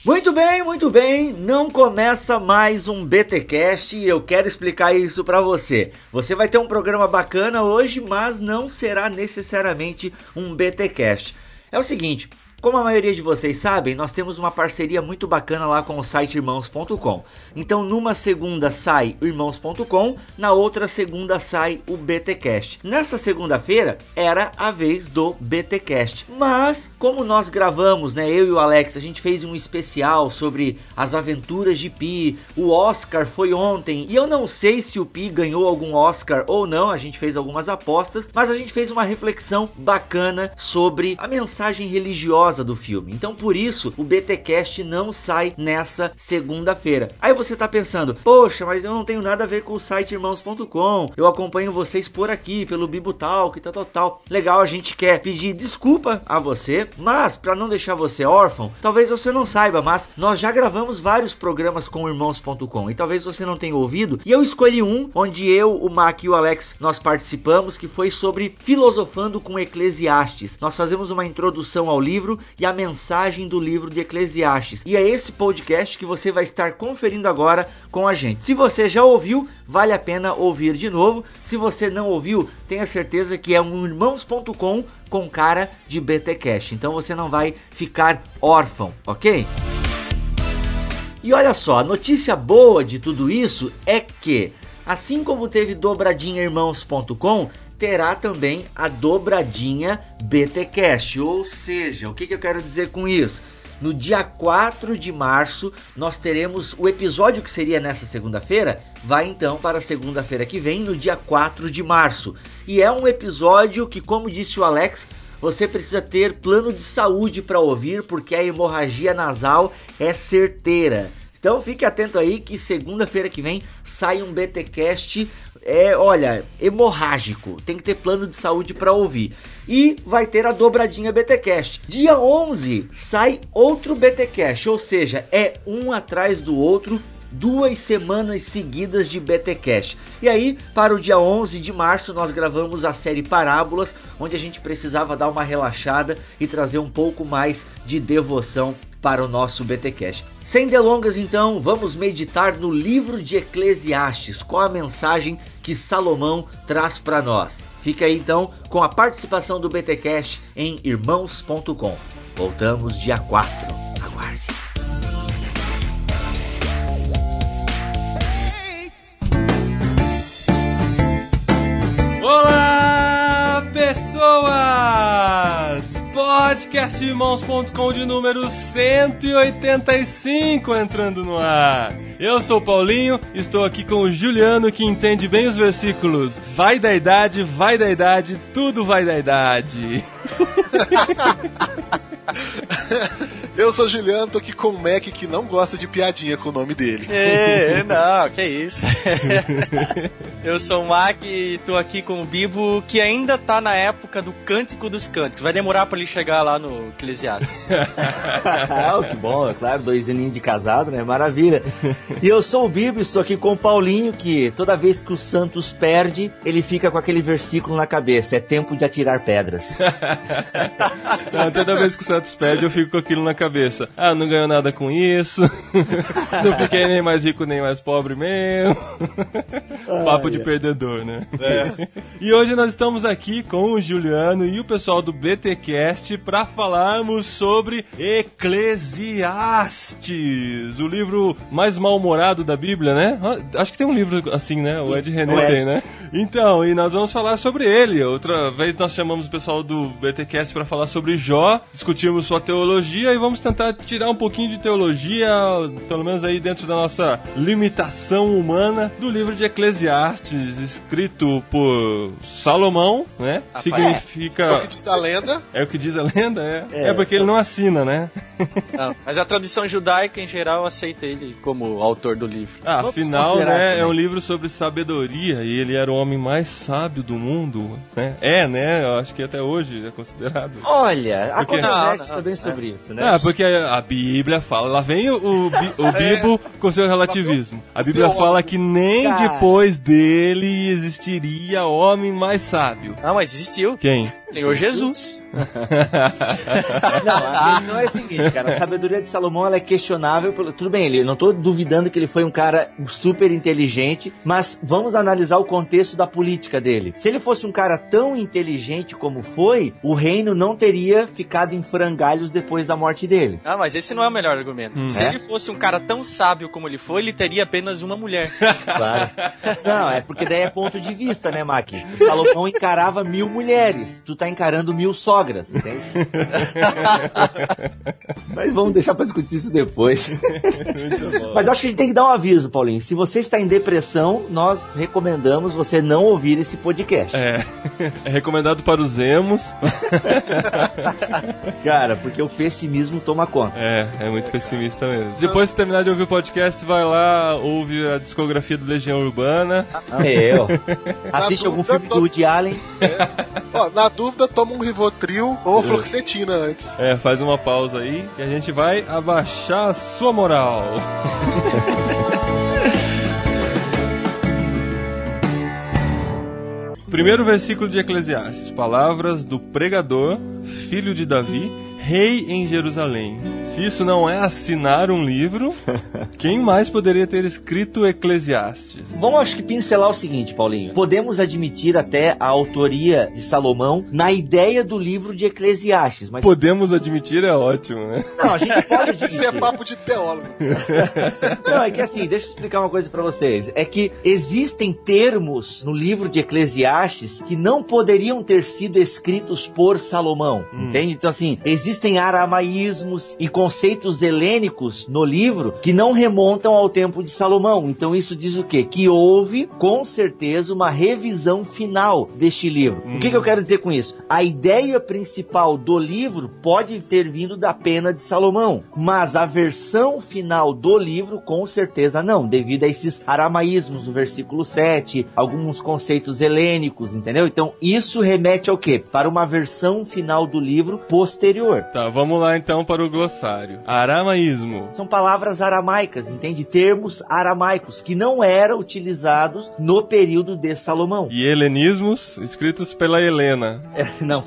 Muito bem, não começa mais um BTcast e eu quero explicar isso pra você. Você vai ter um programa bacana hoje, mas não será necessariamente um BTcast. É o seguinte, como a maioria de vocês sabem, nós temos uma parceria muito bacana lá com o site irmãos.com. Então numa segunda sai o irmãos.com, na outra segunda sai o BTcast. Nessa segunda-feira era a vez do BTcast. Mas como nós gravamos, eu e o Alex, a gente fez um especial sobre as aventuras de Pi, o Oscar foi ontem, e eu não sei se o Pi ganhou algum Oscar ou não, a gente fez algumas apostas, mas a gente fez uma reflexão bacana sobre a mensagem religiosa do filme. Então por isso o BTcast não sai nessa segunda-feira. Aí você tá pensando, poxa, mas eu não tenho nada a ver com o site irmãos.com, eu acompanho vocês por aqui, pelo Bibotalk e tal. Legal, a gente quer pedir desculpa a você, mas para não deixar você órfão, talvez você não saiba, mas nós já gravamos vários programas com o irmãos.com e talvez você não tenha ouvido, e eu escolhi um onde eu, o Mac e o Alex nós participamos, que foi sobre Filosofando com Eclesiastes. Nós fazemos uma introdução ao livro e a mensagem do livro de Eclesiastes. E é esse podcast que você vai estar conferindo agora com a gente. Se você já ouviu, vale a pena ouvir de novo. Se você não ouviu, tenha certeza que é um irmãos.com com cara de BTcast. Então você não vai ficar órfão, ok? E olha só, a notícia boa de tudo isso é que, assim como teve dobradinha irmãos.com, terá também a dobradinha BTcast, ou seja, o que eu quero dizer com isso? No dia 4 de março nós teremos o episódio que seria nessa segunda-feira, vai então para a segunda-feira que vem, no dia 4 de março. E é um episódio que, como disse o Alex, você precisa ter plano de saúde para ouvir, porque a hemorragia nasal é certeira. Então fique atento aí que segunda-feira que vem sai um BTcast, hemorrágico. Tem que ter plano de saúde para ouvir. E vai ter a dobradinha BTcast. Dia 11 sai outro BTcast, ou seja, é um atrás do outro, 2 semanas seguidas de BTcast. E aí, para o dia 11 de março, nós gravamos a série Parábolas, onde a gente precisava dar uma relaxada e trazer um pouco mais de devoção para o nosso BTcast. Sem delongas então, vamos meditar no livro de Eclesiastes, com a mensagem que Salomão traz para nós. Fica aí então com a participação do BTcast em irmãos.com. Voltamos dia 4. Aguarde. Olá, pessoas! Podcastirmãos.com de número 185 entrando no ar. Eu sou o Paulinho, estou aqui com o Juliano, que entende bem os versículos. Vai da idade, tudo vai da idade. Eu sou o Juliano, tô aqui com o Mac, que não gosta de piadinha com o nome dele. Não, que isso. Eu sou o Mac e tô aqui com o Bibo, que ainda tá na época do Cântico dos Cânticos. Vai demorar pra ele chegar lá no Eclesiastes. Que bom, é claro, 2 aninhos de casado, né? Maravilha. E eu sou o Bibo, estou aqui com o Paulinho, que toda vez que o Santos perde, ele fica com aquele versículo na cabeça: é tempo de atirar pedras. Não, toda vez que o Santos perde, eu fico com aquilo na cabeça. Não ganhou nada com isso. Não fiquei nem mais rico nem mais pobre mesmo. Papo de perdedor, né? E hoje nós estamos aqui com o Juliano e o pessoal do BTcast para falarmos sobre Eclesiastes, o livro mais mal-humorado da Bíblia, né? Acho que tem um livro assim, né? O Ed René tem, né? Então, e nós vamos falar sobre ele. Outra vez nós chamamos o pessoal do BTcast para falar sobre Jó, discutimos sua teologia e vamos tentar tirar um pouquinho de teologia, pelo menos aí dentro da nossa limitação humana, do livro de Eclesiastes, escrito por Salomão, né? Significa... É o que diz a lenda. É o que diz a lenda, é porque ele não assina, né? Não, mas a tradição judaica, em geral, aceita ele como autor do livro. Afinal, né, é um livro sobre sabedoria e ele era o homem mais sábio do mundo, né? Eu acho que até hoje é considerado. Olha, há controvérsias também sobre isso, né? Porque a Bíblia fala, lá vem o Bibo com seu relativismo. A Bíblia fala que nem depois dele existiria homem mais sábio. Não, mas existiu. Quem? Senhor Jesus. Não, a questão é a seguinte, cara, a sabedoria de Salomão, ela é questionável, tudo bem, eu não tô duvidando que ele foi um cara super inteligente, mas vamos analisar o contexto da política dele. Se ele fosse um cara tão inteligente como foi, o reino não teria ficado em frangalhos depois da morte dele. Ah, mas esse não é o melhor argumento. Se ele fosse um cara tão sábio como ele foi, ele teria apenas uma mulher. Claro. Não, é porque daí é ponto de vista, né, Mac? O Salomão encarava 1000 mulheres, tu tá encarando 1000 sogras, entende? Mas vamos deixar pra discutir isso depois. Mas acho que a gente tem que dar um aviso, Paulinho. Se você está em depressão, nós recomendamos você não ouvir esse podcast. É recomendado para os emos. Cara, porque o pessimismo toma conta. É muito pessimista mesmo. Depois de terminar de ouvir o podcast, vai lá, ouve a discografia do Legião Urbana. Assiste algum filme do Woody Allen. Ó, na dúvida, toma um Rivotril ou uma fluoxetina antes. Faz uma pausa aí e a gente vai abaixar a sua moral. Primeiro versículo de Eclesiastes. Palavras do pregador, filho de Davi, rei em Jerusalém. Se isso não é assinar um livro, quem mais poderia ter escrito Eclesiastes? Vamos, acho que, pincelar o seguinte, Paulinho. Podemos admitir até a autoria de Salomão na ideia do livro de Eclesiastes. Mas... Podemos admitir é ótimo, né? Não, a gente pode admitir. Isso é papo de teólogo. Não, é que assim, deixa eu explicar uma coisa pra vocês. É que existem termos no livro de Eclesiastes que não poderiam ter sido escritos por Salomão. Entende? Então, assim, existem aramaísmos e conceitos helênicos no livro que não remontam ao tempo de Salomão. Então isso diz o quê? Que houve, com certeza, uma revisão final deste livro. O que eu quero dizer com isso? A ideia principal do livro pode ter vindo da pena de Salomão, mas a versão final do livro, com certeza não, devido a esses aramaísmos do versículo 7, alguns conceitos helênicos, entendeu? Então isso remete ao quê? Para uma versão final do livro posterior. Tá, vamos lá então para o glossário. Aramaísmo. São palavras aramaicas, entende? Termos aramaicos que não eram utilizados no período de Salomão. E helenismos escritos pela Helena. Não,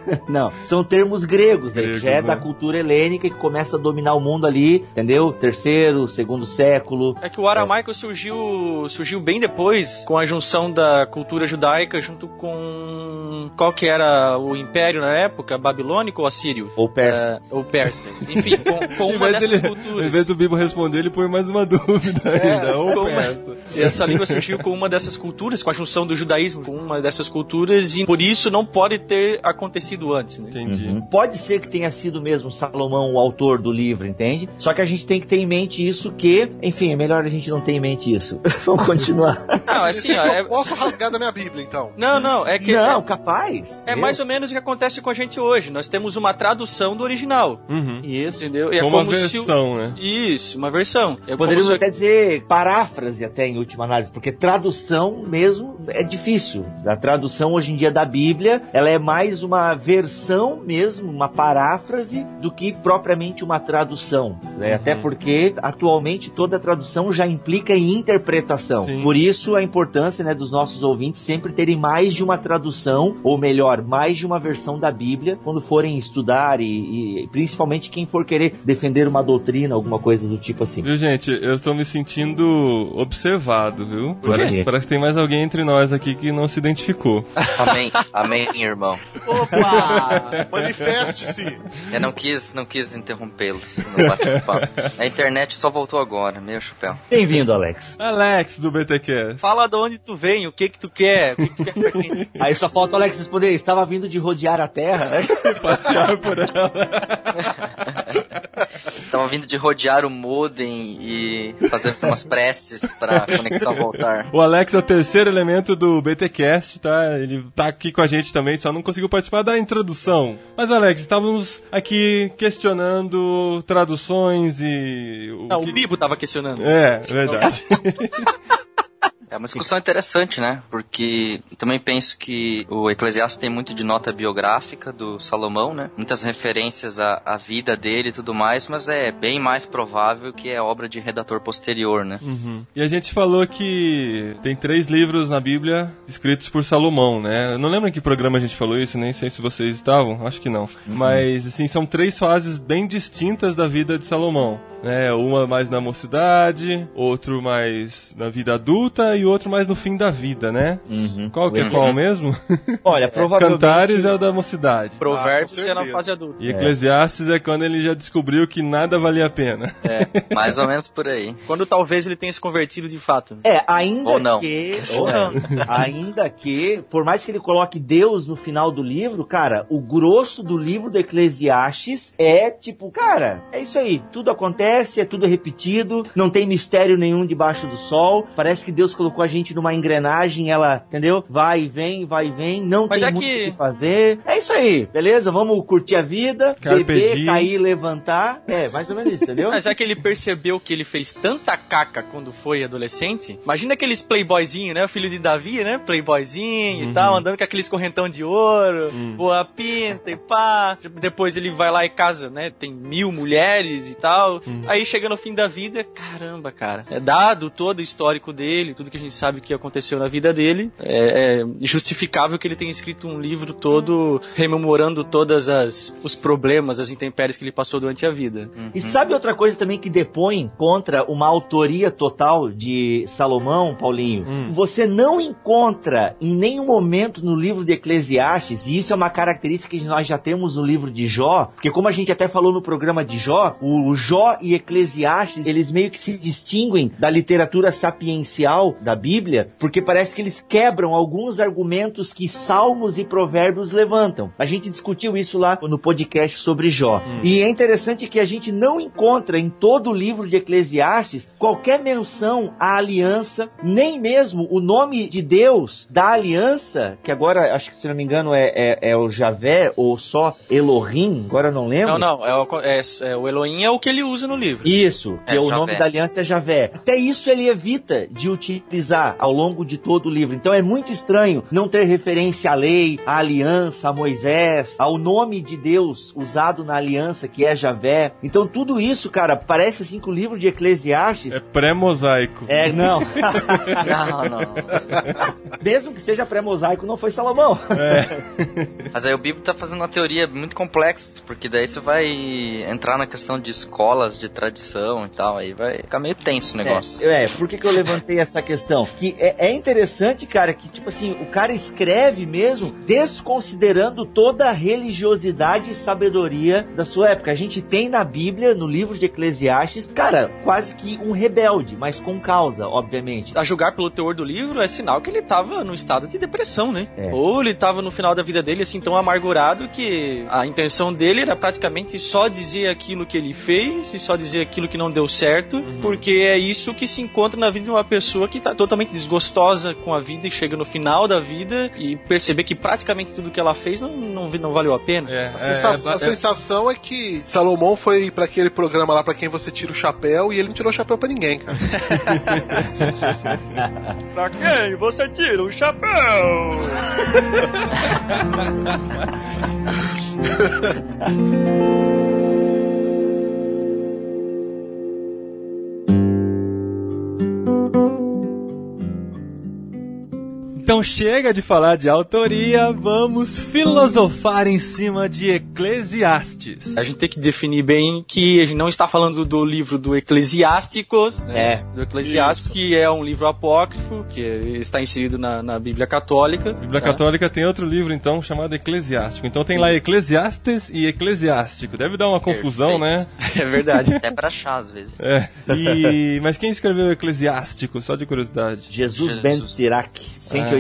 são termos gregos, que já é da cultura helênica que começa a dominar o mundo ali, entendeu? 3º, 2º século. É que o aramaico surgiu bem depois, com a junção da cultura judaica junto com qual que era o império na época, babilônico ou assírio? Ou persa. Ou persa. Enfim, com uma dessas culturas. Em vez do Bibo responder, ele põe mais uma dúvida ainda. Ou persa. Essa língua surgiu com uma dessas culturas, com a junção do judaísmo com uma dessas culturas, e por isso não pode ter acontecido antes, né? Entendi. Pode ser que tenha sido mesmo Salomão o autor do livro, entende? Só que a gente tem que ter em mente isso que... Enfim, é melhor a gente não ter em mente isso. Vamos continuar. Não, assim, ó... Eu posso rasgar da minha Bíblia, então? Não, é que... Não, capaz. É mais ou menos o que acontece com a gente hoje. Nós temos uma tradução do original. Isso. Entendeu? E como uma versão, né? Isso, uma versão. Poderíamos até dizer paráfrase até em última análise, porque tradução mesmo é difícil. A tradução hoje em dia da Bíblia, ela é mais uma versão mesmo, uma paráfrase, do que propriamente uma tradução. Né? Até porque, atualmente, toda tradução já implica em interpretação. Sim. Por isso, a importância, né, dos nossos ouvintes sempre terem mais de uma tradução, ou melhor, mais de uma versão da Bíblia, quando forem estudar e principalmente quem for querer defender uma doutrina, alguma coisa do tipo assim. Viu, gente? Eu estou me sentindo observado, viu? Parece que tem mais alguém entre nós aqui que não se identificou. Amém, irmão. Opa! Manifeste-se! Eu não quis interrompê-los no bate-papo. A internet só voltou agora, meu chapéu. Bem-vindo, Alex. Alex do BTQ. Fala de onde tu vem, o que tu quer, o que tu quer pra quem? Aí só falta o Alex responder, estava vindo de rodear a terra, né? Passear por ela. Estavam vindo de rodear o modem e fazer umas preces pra conexão voltar. O Alex é o terceiro elemento do BTcast, tá? Ele tá aqui com a gente também, só não conseguiu participar da introdução. Mas, Alex, estávamos aqui questionando traduções e... O Bibo tava questionando. É, verdade. É uma discussão interessante, né? Porque também penso que o Eclesiastes tem muito de nota biográfica do Salomão, né? Muitas referências à vida dele e tudo mais, mas é bem mais provável que é obra de redator posterior, né? Uhum. E a gente falou que tem 3 livros na Bíblia escritos por Salomão, né? Eu não lembro em que programa a gente falou isso, nem sei se vocês estavam, acho que não. Mas, assim, são 3 fases bem distintas da vida de Salomão. Uma mais na mocidade, outro mais na vida adulta e outro mais no fim da vida, né? Qual que é qual mesmo? Olha, provavelmente... Cantares é o da mocidade. Provérbios é na fase adulta. E Eclesiastes é quando ele já descobriu que nada valia a pena. Mais ou menos por aí. Quando talvez ele tenha se convertido de fato. Ainda ou não. Ainda que, por mais que ele coloque Deus no final do livro, cara, o grosso do livro do Eclesiastes é tipo, cara, é isso aí, tudo acontece, é tudo repetido, não tem mistério nenhum debaixo do sol, parece que Deus colocou a gente numa engrenagem, ela, entendeu? Vai e vem, não mas tem muito o que fazer. É isso aí, beleza? Vamos curtir a vida, beber, cair, levantar. Mais ou menos isso, entendeu? Mas já que ele percebeu que ele fez tanta caca quando foi adolescente, imagina aqueles playboyzinhos, né? O filho de Davi, né? Playboyzinho e tal, andando com aqueles correntão de ouro, boa pinta e pá. Depois ele vai lá e casa, né? Tem 1000 mulheres e tal. Aí chega no fim da vida, caramba, cara. Dado todo o histórico dele, tudo que a gente sabe que aconteceu na vida dele, é justificável que ele tenha escrito um livro todo rememorando todos os problemas, as intempéries que ele passou durante a vida. E sabe outra coisa também que depõe contra uma autoria total de Salomão, Paulinho? Você não encontra em nenhum momento no livro de Eclesiastes, e isso é uma característica que nós já temos no livro de Jó, porque como a gente até falou no programa de Jó, o Jó e Eclesiastes, eles meio que se distinguem da literatura sapiencial da Bíblia, porque parece que eles quebram alguns argumentos que Salmos e Provérbios levantam. A gente discutiu isso lá no podcast sobre Jó. E é interessante que a gente não encontra em todo o livro de Eclesiastes qualquer menção à aliança, nem mesmo o nome de Deus da aliança, que agora, acho que se não me engano, é o Javé, ou só Elohim, agora eu não lembro. Não, o Elohim é o que ele usa no livro. Isso, que o Javé. nome da aliança é Javé. Até isso ele evita de utilizar ao longo de todo o livro. Então é muito estranho não ter referência à lei, à aliança, a Moisés, ao nome de Deus usado na aliança, que é Javé. Então tudo isso, cara, parece assim que o livro de Eclesiastes... É pré-mosaico. Não. Não. Mesmo que seja pré-mosaico, não foi Salomão. Mas aí o Bíblia tá fazendo uma teoria muito complexa, porque daí você vai entrar na questão de escolas, de tradição e tal, aí vai ficar meio tenso o negócio. Por que eu levantei essa questão? Que é interessante, cara, que tipo assim, o cara escreve mesmo desconsiderando toda a religiosidade e sabedoria da sua época. A gente tem na Bíblia, no livro de Eclesiastes, cara, quase que um rebelde, mas com causa, obviamente. A julgar pelo teor do livro, é sinal que ele tava no estado de depressão, né? Ou ele tava no final da vida dele, assim, tão amargurado que a intenção dele era praticamente só dizer aquilo que ele fez e só dizer aquilo que não deu certo, porque é isso que se encontra na vida de uma pessoa que tá totalmente desgostosa com a vida e chega no final da vida e perceber que praticamente tudo que ela fez não valeu a pena. A sensação é que Salomão foi pra aquele programa lá pra quem você tira o chapéu e ele não tirou o chapéu pra ninguém, cara. Pra quem você tira o chapéu? Então chega de falar de autoria, vamos filosofar em cima de Eclesiastes. A gente tem que definir bem que a gente não está falando do livro do Eclesiásticos, do Eclesiástico, isso, que é um livro apócrifo, que está inserido na Bíblia Católica. A Bíblia Católica tem outro livro, então, chamado Eclesiástico. Então tem lá Eclesiastes e Eclesiástico. Deve dar uma confusão, né? É verdade. Até pra achar, às vezes. Mas quem escreveu Eclesiástico, só de curiosidade? Jesus Ben Sirach, 180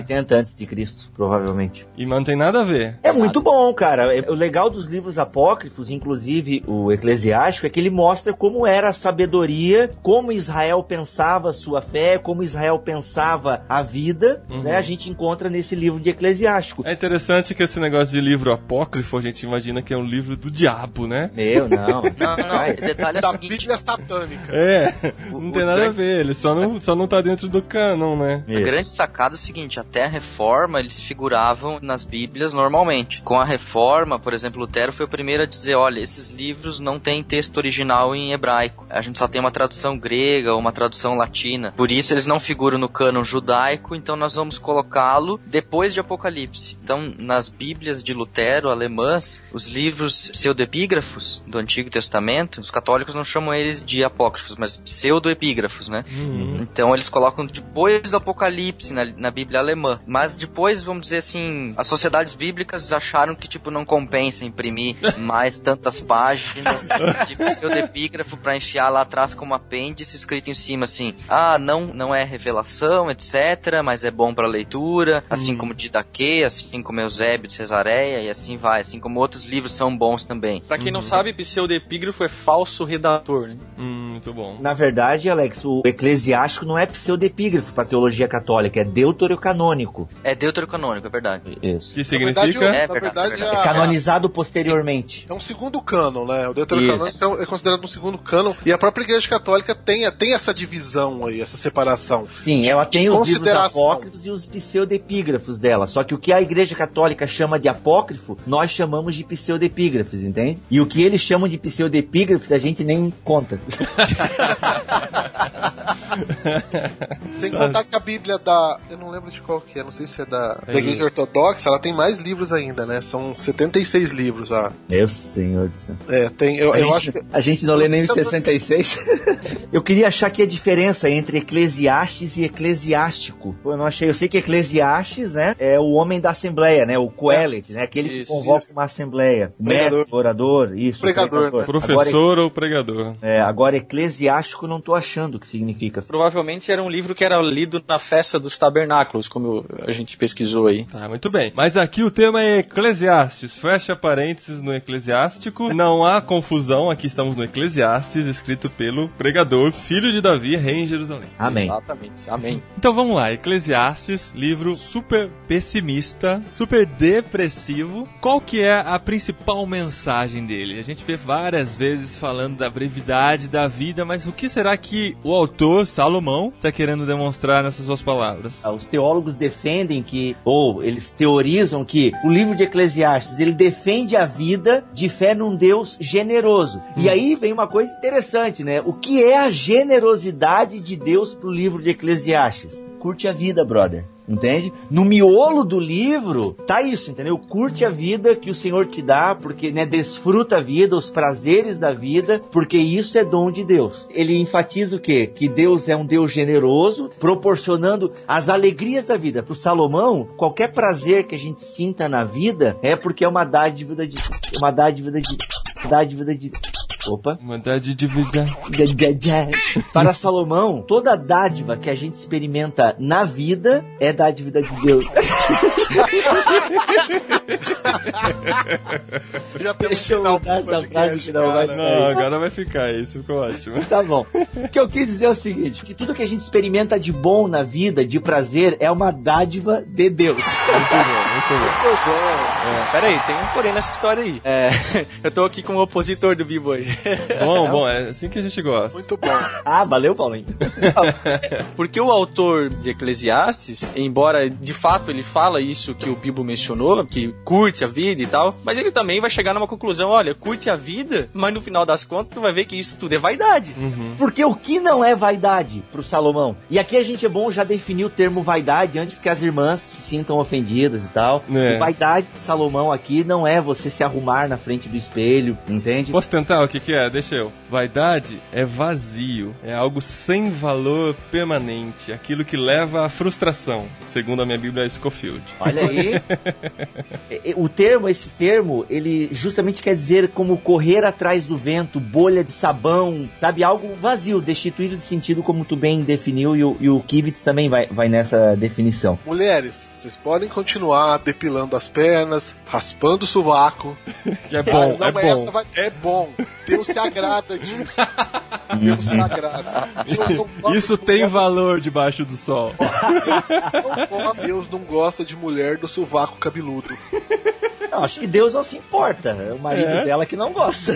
480 a.C., provavelmente. E não tem nada a ver. É muito bom, cara. O legal dos livros apócrifos, inclusive o Eclesiástico, é que ele mostra como era a sabedoria, como Israel pensava a sua fé, como Israel pensava a vida, né? A gente encontra nesse livro de Eclesiástico. É interessante que esse negócio de livro apócrifo, a gente imagina que é um livro do diabo, né? Não. Não, o detalhe é o Da seguinte... Bíblia satânica. Não tem nada a ver, ele só não tá dentro do cânon, né? A grande sacada é o seguinte, até a Reforma eles figuravam nas Bíblias normalmente. Com a Reforma, por exemplo, Lutero foi o primeiro a dizer, olha, esses livros não têm texto original em hebraico. A gente só tem uma tradução grega ou uma tradução latina. Por isso eles não figuram no cânon judaico, então nós vamos colocá-lo depois de Apocalipse. Então, nas Bíblias de Lutero, alemãs, os livros pseudoepígrafos do Antigo Testamento, os católicos não chamam eles de apócrifos, mas pseudoepígrafos, né? Então eles colocam depois do Apocalipse na Bíblia alemã. Mas depois, vamos dizer assim, as sociedades bíblicas acharam que, tipo, não compensa imprimir mais tantas páginas de pseudoepígrafo pra enfiar lá atrás como apêndice, escrito em cima assim, não é revelação, etc., mas é bom pra leitura, assim como Didaquê, assim como Eusébio de Cesareia, e assim vai, assim como outros livros são bons também. Pra quem não sabe, pseudoepígrafo é falso redator, né? Muito bom. Na verdade, Alex, o Eclesiástico não é pseudepígrafo para teologia católica, é deuterocanônico. É deuterocanônico, é verdade. Isso. Que significa? Na verdade, É canonizado posteriormente. É um segundo cânon, né? O deuterocanônico é considerado um segundo cânon, e a própria Igreja Católica tem essa divisão aí, essa separação. Sim, ela tem os livros apócrifos e os pseudepígrafos dela, só que o que a Igreja Católica chama de apócrifo, nós chamamos de pseudepígrafos, entende? E o que eles chamam de pseudepígrafos, a gente nem conta. Sem contar que a Bíblia eu não lembro de qual que é, não sei se é da Igreja Ortodoxa, ela tem mais livros ainda, né? São 76 livros. Meu Senhor do céu. Eu acho que... A gente não lê nem os 66. Eu queria achar que a diferença entre Eclesiastes e Eclesiástico. Eu sei que Eclesiastes, né, é o homem da assembleia, né? O Coelet, né? Aquele que convoca uma assembleia. Mestre, orador, isso. Pregador. Né? Professor ou pregador. Agora, Eclesiástico não tô achando o que significa. Provavelmente era um livro que era lido na festa dos tabernáculos, como a gente pesquisou aí. Tá, muito bem. Mas aqui o tema é Eclesiastes. Fecha parênteses no Eclesiástico. Não há confusão, aqui estamos no Eclesiastes, escrito pelo pregador, filho de Davi, rei em Jerusalém. Amém. Exatamente, amém. Então vamos lá, Eclesiastes, livro super pessimista, super depressivo. Qual que é a principal mensagem dele? A gente vê várias vezes falando da brevidade da vida, mas o que será que o autor, Salomão, está querendo demonstrar nessas suas palavras? Os teólogos defendem eles teorizam que o livro de Eclesiastes, ele defende a vida de fé num Deus generoso. E aí vem uma coisa interessante, né? O que é a generosidade de Deus pro livro de Eclesiastes? Curte a vida, brother. Entende? No miolo do livro tá isso, entendeu? Curte a vida que o Senhor te dá, porque, né, desfruta a vida, os prazeres da vida, porque isso é dom de Deus. Ele enfatiza o quê? Que Deus é um Deus generoso, proporcionando as alegrias da vida. Pro Salomão, qualquer prazer que a gente sinta na vida é porque é uma dádiva de Opa. Uma dádiva de vida. Para Salomão, toda dádiva que a gente experimenta na vida é dádiva de Deus. Deixa eu mudar essa frase que não vai sair. Não, agora vai ficar, isso ficou ótimo. Tá bom. O que eu quis dizer é o seguinte, que tudo que a gente experimenta de bom na vida, de prazer, é uma dádiva de Deus. Muito bom. Peraí, tem um porém nessa história aí. Eu tô aqui com o opositor do Bibo hoje. Bom, é assim que a gente gosta. Muito bom. Valeu, Paulinho. Porque o autor de Eclesiastes, embora de fato ele fala isso que o Bibo mencionou, que curte a vida e tal, mas ele também vai chegar numa conclusão, olha, curte a vida, mas no final das contas tu vai ver que isso tudo é vaidade. Porque o que não é vaidade pro Salomão? E aqui a gente é bom já definir o termo vaidade antes que as irmãs se sintam ofendidas e tal. É. Vaidade de Salomão aqui não é você se arrumar na frente do espelho, entende? Posso tentar o que é? Deixa eu. Vaidade é vazio, é algo sem valor permanente, aquilo que leva à frustração, segundo a minha Bíblia Scofield. Olha aí. Esse termo, ele justamente justamente quer dizer como correr atrás do vento, bolha de sabão, sabe? Algo vazio, destituído de sentido, como tu bem definiu, e o Kivitz também vai nessa definição. Mulheres, vocês podem continuar depilando as pernas, raspando o sovaco. Que é bom, é bom. Deus se agrada disso. Deus se agrada. Isso tem valor debaixo do sol. Deus não gosta de mulher do sovaco cabeludo. Não, acho que Deus não se importa. É o marido dela que não gosta.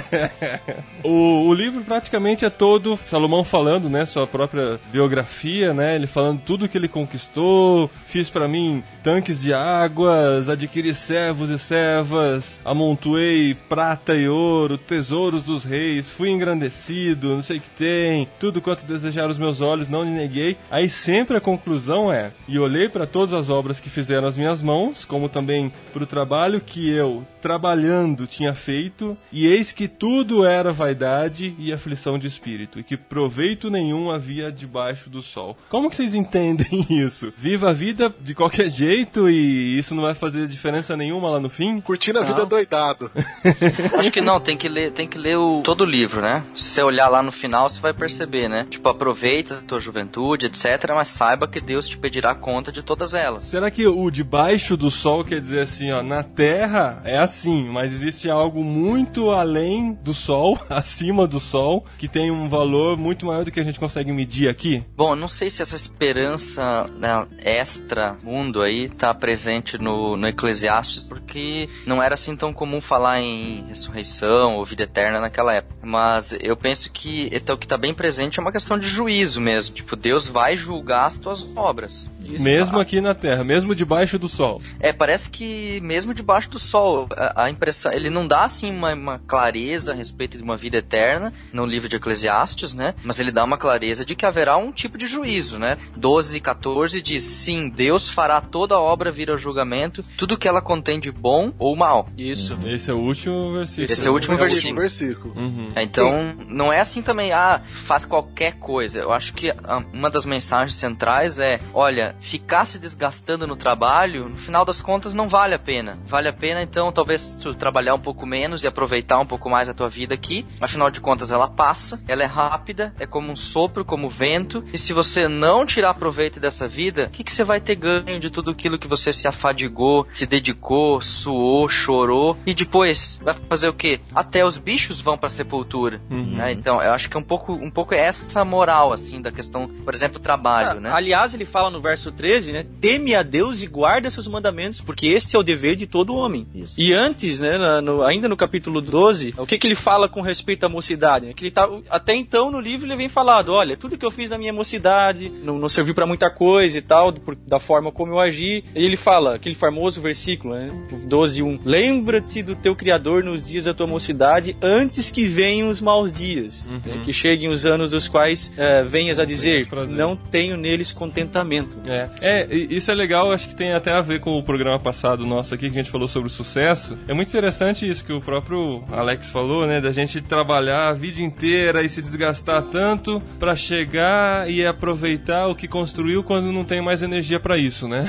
O livro praticamente é todo Salomão falando, né, sua própria biografia, né, ele falando tudo que ele conquistou, fiz pra mim tanques de águas, adquiri servos e servas, amontoei prata e ouro, tesouros dos reis, fui engrandecido, não sei o que tem, tudo quanto desejaram os meus olhos, não lhe neguei. Aí sempre a conclusão é, e olhei para todas as obras que fizeram as minhas mãos, como também para o trabalho que eu, trabalhando, tinha feito, e eis que tudo era vaidade e aflição de espírito, e que proveito nenhum havia debaixo do sol. Como que vocês entendem isso? Viva a vida de qualquer jeito e isso não vai fazer diferença nenhuma lá no fim? Curtindo a vida doidado. Acho que não, tem que ler todo o livro, né? Se você olhar lá no final, você vai perceber, né? Tipo, aproveita a tua juventude, etc., mas saiba que Deus te pedirá conta de todas elas. Será que o debaixo do sol quer dizer assim, ó, na terra é assim, mas existe algo muito além do sol, acima do sol, que tem um valor muito maior do que a gente consegue medir aqui? Bom, não sei se essa esperança, né, extra mundo aí tá presente no Eclesiastes, porque não era assim tão comum falar em ressurreição ou vida eterna naquela época. Mas eu penso que o que tá bem presente é uma questão de juízo mesmo. Tipo, Deus vai julgar as tuas obras. Isso, mesmo aqui na terra, mesmo debaixo do sol. Parece que mesmo debaixo do sol, a impressão, ele não dá assim uma clareza a respeito de uma vida eterna no livro de Eclesiastes, né? Mas ele dá uma clareza de que haverá um tipo de juízo, né? 12 e 14 diz, sim, Deus fará toda a obra vir ao julgamento, tudo que ela contém de bom ou mal. Isso. Esse é o último versículo. Esse é o último versículo. Uhum. Então, não é assim também, faz qualquer coisa. Eu acho que uma das mensagens centrais é, olha, ficar se desgastando no trabalho, no final das contas não vale a pena. Vale a pena, então, talvez tu trabalhar um pouco menos e aproveitar um pouco mais a tua vida aqui. Afinal de contas, ela passa, ela é rápida, é como um sopro, como vento, e se você não tirar proveito dessa vida, o que você vai ter ganho de tudo aquilo que você se afadigou, se dedicou, suou, chorou, e depois vai fazer o quê? Até os bichos vão pra sepultura. Né? Então, eu acho que é um pouco essa moral, assim, da questão, por exemplo, trabalho, né? Aliás, ele fala no verso 13, né? Teme a Deus e guarda seus mandamentos, porque este é o dever de todo homem. Isso. E antes, né, ainda no capítulo 12, o que ele fala com respeito à mocidade? Né? Que ele até então no livro ele vem falando, olha, tudo que eu fiz na minha mocidade não serviu pra muita coisa e tal, da forma como eu agi. E ele fala, aquele famoso versículo, né, 12:1, lembra-te do teu Criador nos dias da tua mocidade, antes que venham os maus dias, né, que cheguem os anos dos quais venhas a dizer, não tenho neles contentamento. Isso é legal, acho que tem até a ver com o programa passado nosso aqui, que a gente falou sobre o sucesso. É muito interessante isso que o próprio Alex falou, né, da gente trabalhar a vida inteira e se desgastar tanto pra chegar e aproveitar o que construiu quando não tem mais energia pra isso, né?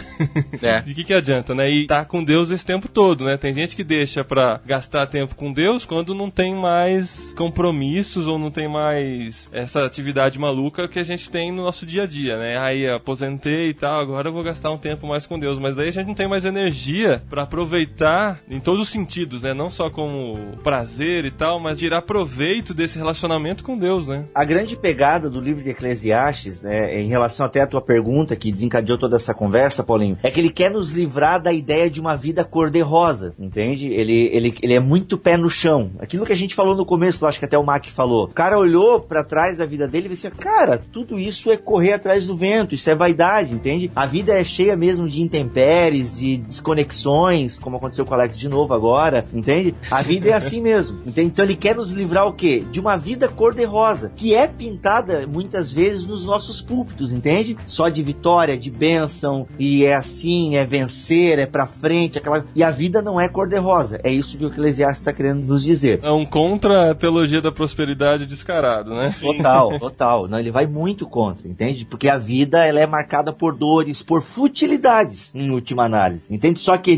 De que adianta, né? E tá com Deus esse tempo todo, né? Tem gente que deixa pra gastar tempo com Deus quando não tem mais compromissos ou não tem mais essa atividade maluca que a gente tem no nosso dia a dia, né? Aí aposentei e tal, agora eu vou gastar um tempo mais com Deus, mas daí a gente não tem mais energia pra aproveitar em todos os sentidos, né? Não só como prazer e tal, mas tirar proveito desse relacionamento com Deus, né? A grande pegada do livro de Eclesiastes, em relação até à tua pergunta que desencadeou toda essa conversa, Paulinho, é que ele quer nos livrar da ideia de uma vida cor-de-rosa, entende? Ele é muito pé no chão. Aquilo que a gente falou no começo, acho que até o Mac falou. O cara olhou pra trás da vida dele e disse, cara, tudo isso é correr atrás do vento, isso é vaidade, entende? A vida é cheia mesmo de intempéries, de desconexões, como aconteceu com o Alex de novo agora, entende? A vida é assim mesmo, entende? Então ele quer nos livrar o quê? De uma vida cor-de-rosa, que é pintada muitas vezes nos nossos púlpitos, entende? Só de vitória, de bênção, e é assim, é vencer, é pra frente, e a vida não é cor-de-rosa. É isso que o Eclesiastes está querendo nos dizer. É um contra a teologia da prosperidade descarado, né? Sim. Total. Não, ele vai muito contra, entende? Porque a vida, ela é marcada por dores, por futilidades, em última análise, entende? Só que diante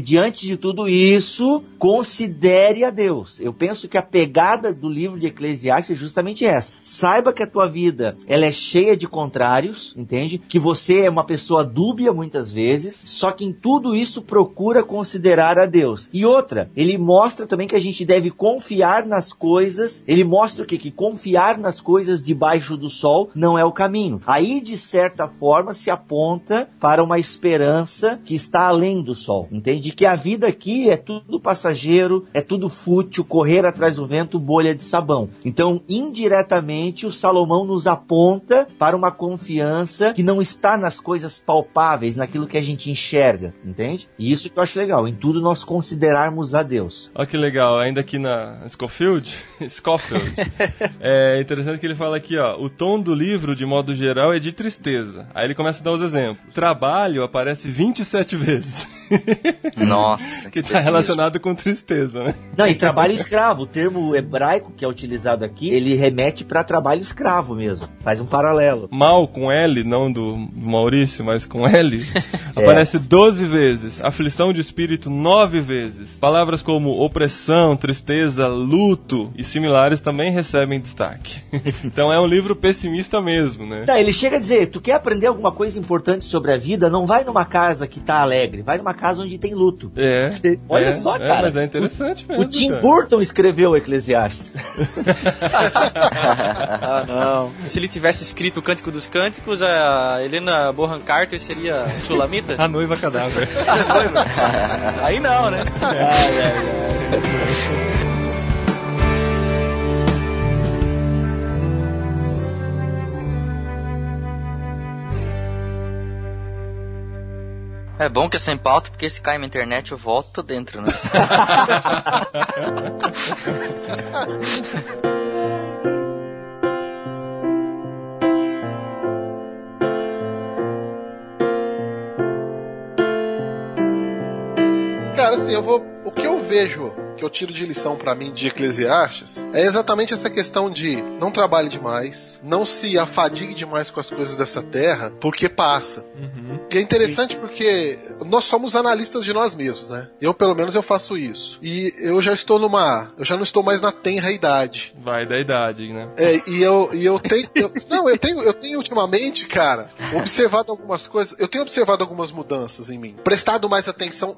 diante de tudo isso, considere a Deus. Eu penso que a pegada do livro de Eclesiastes é justamente essa. Saiba que a tua vida, ela é cheia de contrários, entende? Que você é uma pessoa dúbia muitas vezes, só que em tudo isso procura considerar a Deus. E outra, ele mostra também que a gente deve confiar nas coisas. Ele mostra o quê? Que confiar nas coisas debaixo do sol não é o caminho. Aí, de certa forma, se aponta para uma esperança que está além do sol, entende? Que a vida aqui é tudo passageiro, é tudo fútil, correr atrás do vento, bolha de sabão. Então, indiretamente, o Salomão nos aponta para uma confiança que não está nas coisas palpáveis, naquilo que a gente enxerga, entende? E isso que eu acho legal, em tudo nós considerarmos a Deus. Olha que legal, ainda aqui na Scofield, é interessante que ele fala aqui, ó, o tom do livro, de modo geral, é de tristeza. Aí ele começa a dar os exemplos. Trabalho aparece 27 vezes. Nossa. Que está relacionado com tristeza, né? Não, e trabalho escravo, o termo hebraico que é utilizado aqui, ele remete para trabalho escravo mesmo, faz um paralelo. Mal com L, não do Maurício, mas com L, aparece 12 vezes. Aflição de espírito 9 vezes. Palavras como opressão, tristeza, luto e similares também recebem destaque. Então é um livro pessimista mesmo, né? Tá, ele chega a dizer, tu quer aprender alguma coisa importante sobre a vida, não vai numa casa que tá alegre, vai numa casa onde tem luto. Olha só, cara. Mas é interessante mesmo. O Tim Burton escreveu o Eclesiastes. Ah, não. Se ele tivesse escrito o Cântico dos Cânticos, a Helena Bonham Carter seria sulamita? A noiva cadáver. Aí não, né? É bom que é sem pauta, porque se cai na internet eu volto, tô dentro, né? Cara, assim, o que eu vejo, que eu tiro de lição pra mim de Eclesiastes, é exatamente essa questão de não trabalhe demais, não se afadigue demais com as coisas dessa terra, porque passa. E é interessante porque nós somos analistas de nós mesmos, né? Eu, pelo menos, eu faço isso. E eu já estou eu já não estou mais na tenra idade. Vai da idade, né? Eu tenho ultimamente, cara, observado algumas coisas, eu tenho observado algumas mudanças em mim. Prestado mais atenção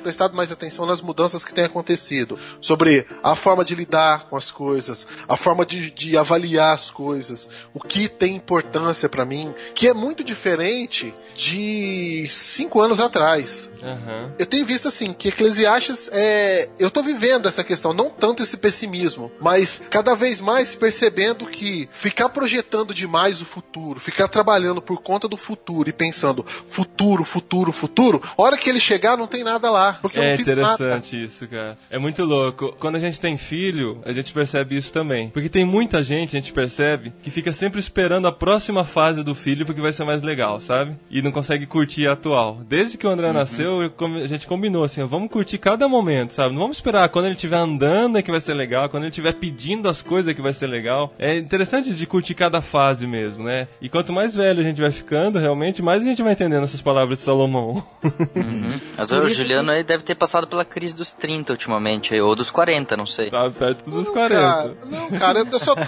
nas mudanças que têm acontecido. Sobre a forma de lidar com as coisas, a forma de avaliar as coisas, o que tem importância pra mim, que é muito diferente de 5 anos atrás. Eu tenho visto assim, que Eclesiastes eu tô vivendo essa questão, não tanto esse pessimismo, mas cada vez mais percebendo que ficar projetando demais o futuro, ficar trabalhando por conta do futuro e pensando futuro, a hora que ele chegar não tem nada lá, porque eu não fiz nada. É interessante isso, cara. É muito louco. Quando a gente tem filho, a gente percebe isso também. Porque tem muita gente, a gente percebe, que fica sempre esperando a próxima fase do filho porque vai ser mais legal, sabe? E não consegue curtir a atual. Desde que o André nasceu, a gente combinou assim, vamos curtir cada momento, sabe? Não vamos esperar quando ele estiver andando é que vai ser legal, quando ele estiver pedindo as coisas é que vai ser legal. É interessante de curtir cada fase mesmo, né? E quanto mais velho a gente vai ficando, realmente, mais a gente vai entendendo essas palavras de Salomão. Mas o Juliano aí deve ter passado pela crise dos 30 ultimamente, ou dos 40, não sei. Tá perto dos 40. Cara,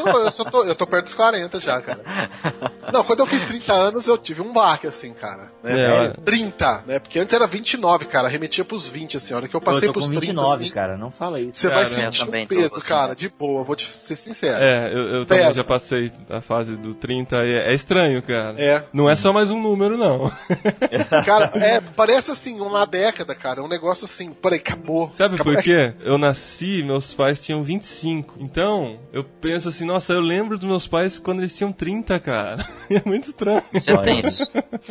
eu tô perto dos 40 já, cara. Não, quando eu fiz 30 anos, eu tive um baque, assim, cara. Né? 30, né? Porque antes era 29, cara. Remetia pros 20, assim. A hora que eu passei pros 30, 29, assim, cara. Não fala isso. Você vai sentir um peso, cara. De boa, vou te ser sincero. Eu também já passei a fase do 30 e é estranho, cara. Não é só mais um número, não. Cara, parece assim, uma década, cara. Um negócio assim, peraí, acabou. Sabe por quê? Eu nasci, meus pais tinham 25. Então, eu penso assim, nossa, eu lembro dos meus pais quando eles tinham 30, cara. É muito estranho. Você tem isso?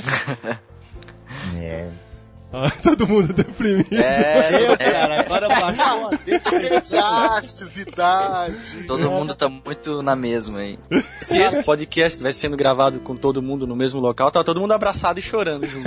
Ai, todo mundo deprimido. Cara, agora baixou a idade. Todo mundo tá muito na mesma aí. Se esse podcast estivesse sendo gravado com todo mundo no mesmo local, tava todo mundo abraçado e chorando junto.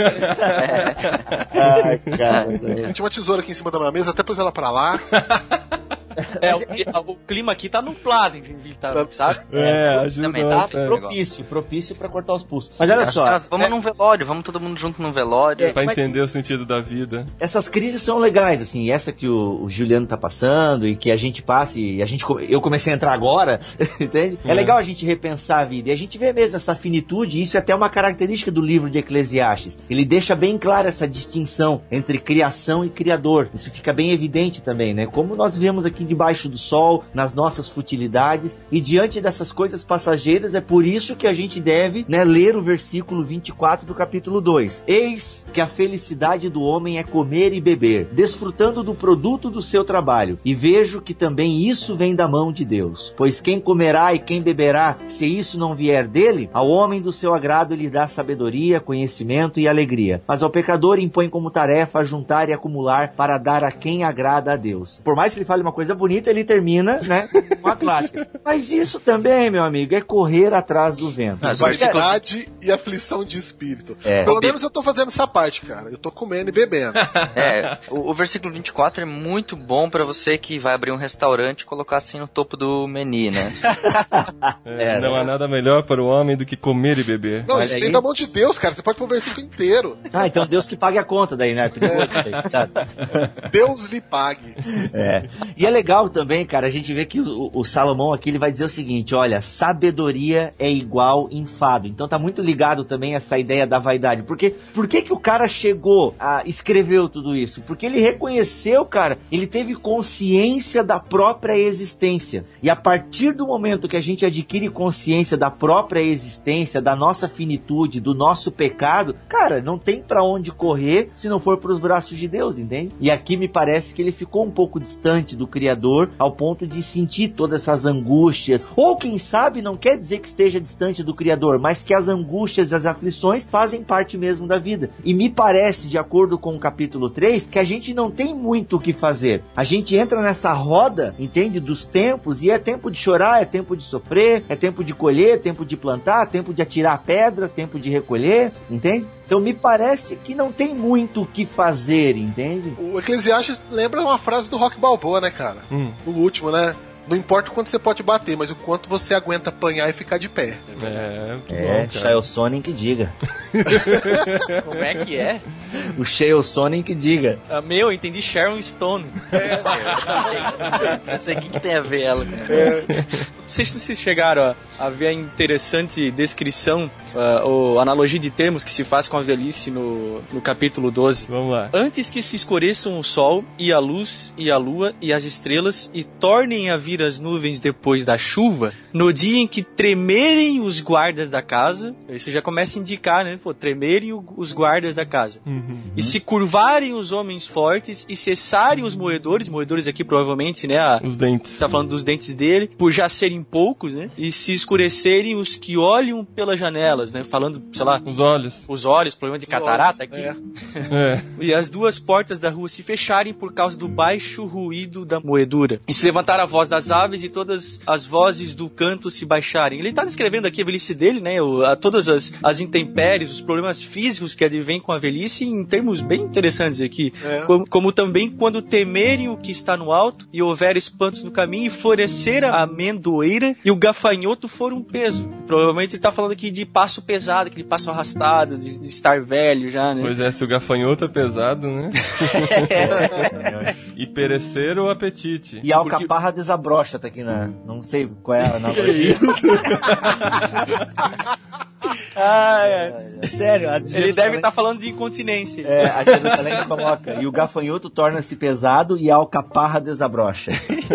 Ai, cara. Tinha uma tesoura aqui em cima da minha mesa, até pus ela pra lá. O clima aqui tá nublado, sabe? Ajuda. Também Tá propício pra cortar os pulsos. Mas olha só. Vamos num velório, vamos todo mundo junto num velório. Pra entender o sentido da vida. Essas crises são legais, assim, essa que o Juliano tá passando e que a gente passa e eu comecei a entrar agora, entende? É legal a gente repensar a vida e a gente vê mesmo essa finitude, e isso é até uma característica do livro de Eclesiastes. Ele deixa bem clara essa distinção entre criação e criador. Isso fica bem evidente também, né? Como nós vivemos aqui debaixo do sol, nas nossas futilidades, e diante dessas coisas passageiras, é por isso que a gente deve, né, ler o versículo 24 do capítulo 2. Eis que a felicidade do homem é comer e beber, desfrutando do produto do seu trabalho, e vejo que também isso vem da mão de Deus. Pois quem comerá e quem beberá, se isso não vier dele, ao homem do seu agrado lhe dá sabedoria, conhecimento e alegria. Mas ao pecador impõe como tarefa juntar e acumular para dar a quem agrada a Deus. Por mais que ele fale uma coisa bonita, ele termina, né, com uma clássica. Mas isso também, meu amigo, é correr atrás do vento. Vaidade e aflição de espírito. Pelo menos eu tô fazendo essa parte, cara. Eu tô comendo e bebendo. O versículo 24 é muito bom pra você que vai abrir um restaurante e colocar assim no topo do menu, né? Não há nada melhor para o homem do que comer e beber. Não, isso vem da mão de Deus, cara. Você pode pôr o versículo inteiro. Então Deus que pague a conta daí, né? Deus lhe pague. E é legal também, cara, a gente vê que o Salomão aqui, ele vai dizer o seguinte, olha, sabedoria é igual enfado. Então tá muito ligado também essa ideia da vaidade. Porque por que o cara chegou a escreveu tudo isso? Porque ele reconheceu, cara, ele teve consciência da própria existência. E a partir do momento que a gente adquire consciência da própria existência, da nossa finitude, do nosso pecado, cara, não tem pra onde correr se não for pros braços de Deus, entende? E aqui me parece que ele ficou um pouco distante do Criador, ao ponto de sentir todas essas angústias. Ou quem sabe, não quer dizer que esteja distante do Criador, mas que as angústias e as aflições fazem parte mesmo da vida. E me parece, de acordo com o capítulo 3, que a gente não tem muito o que fazer. A gente entra nessa roda, entende? Dos tempos, e é tempo de chorar, é tempo de sofrer, é tempo de colher, é tempo de plantar, é tempo de atirar a pedra, tempo de recolher, entende? Então me parece que não tem muito o que fazer, entende? O Eclesiastes lembra uma frase do Rock Balboa, né, cara? No último, né? Não importa o quanto você pode bater, mas o quanto você aguenta apanhar e ficar de pé. Sheryl Sonnen que diga. Como é que é? O Sheryl Sonnen que diga. Eu entendi Sharon Stone. Não sei o que tem a ver ela. Não sei se vocês chegaram a ver a interessante descrição, ou analogia de termos que se faz com a velhice no capítulo 12. Vamos lá. Antes que se escureçam o sol, e a luz, e a lua, e as estrelas, e tornem a vir as nuvens depois da chuva, no dia em que tremerem os guardas da casa, isso já começa a indicar, né? Tremerem os guardas da casa. E se curvarem os homens fortes, e cessarem os moedores aqui provavelmente, né? Os dentes. Tá falando dos dentes dele, por já serem poucos, né? E se escurecerem os que olham pelas janelas, né? Falando, sei lá... Os olhos, problema de catarata aqui. E as duas portas da rua se fecharem por causa do baixo ruído da moedura. E se levantar a voz das aves e todas as vozes do canto se baixarem. Ele está descrevendo aqui a velhice dele, né? Todas as intempéries, os problemas físicos que advêm com a velhice, em termos bem interessantes aqui. Como também quando temerem o que está no alto e houver espantos no caminho e florescer a amendoeira e o gafanhoto for um peso. Provavelmente ele está falando aqui de passo pesado, aquele passo arrastado, de estar velho já, né? Pois é, se o gafanhoto é pesado, né? E perecer o apetite. E a alcaparra desabrocha, tá aqui na... Não sei qual é a analogia. Sério, ele deve estar falando de incontinência. A Jerusalém coloca. E o gafanhoto torna-se pesado e a alcaparra desabrocha.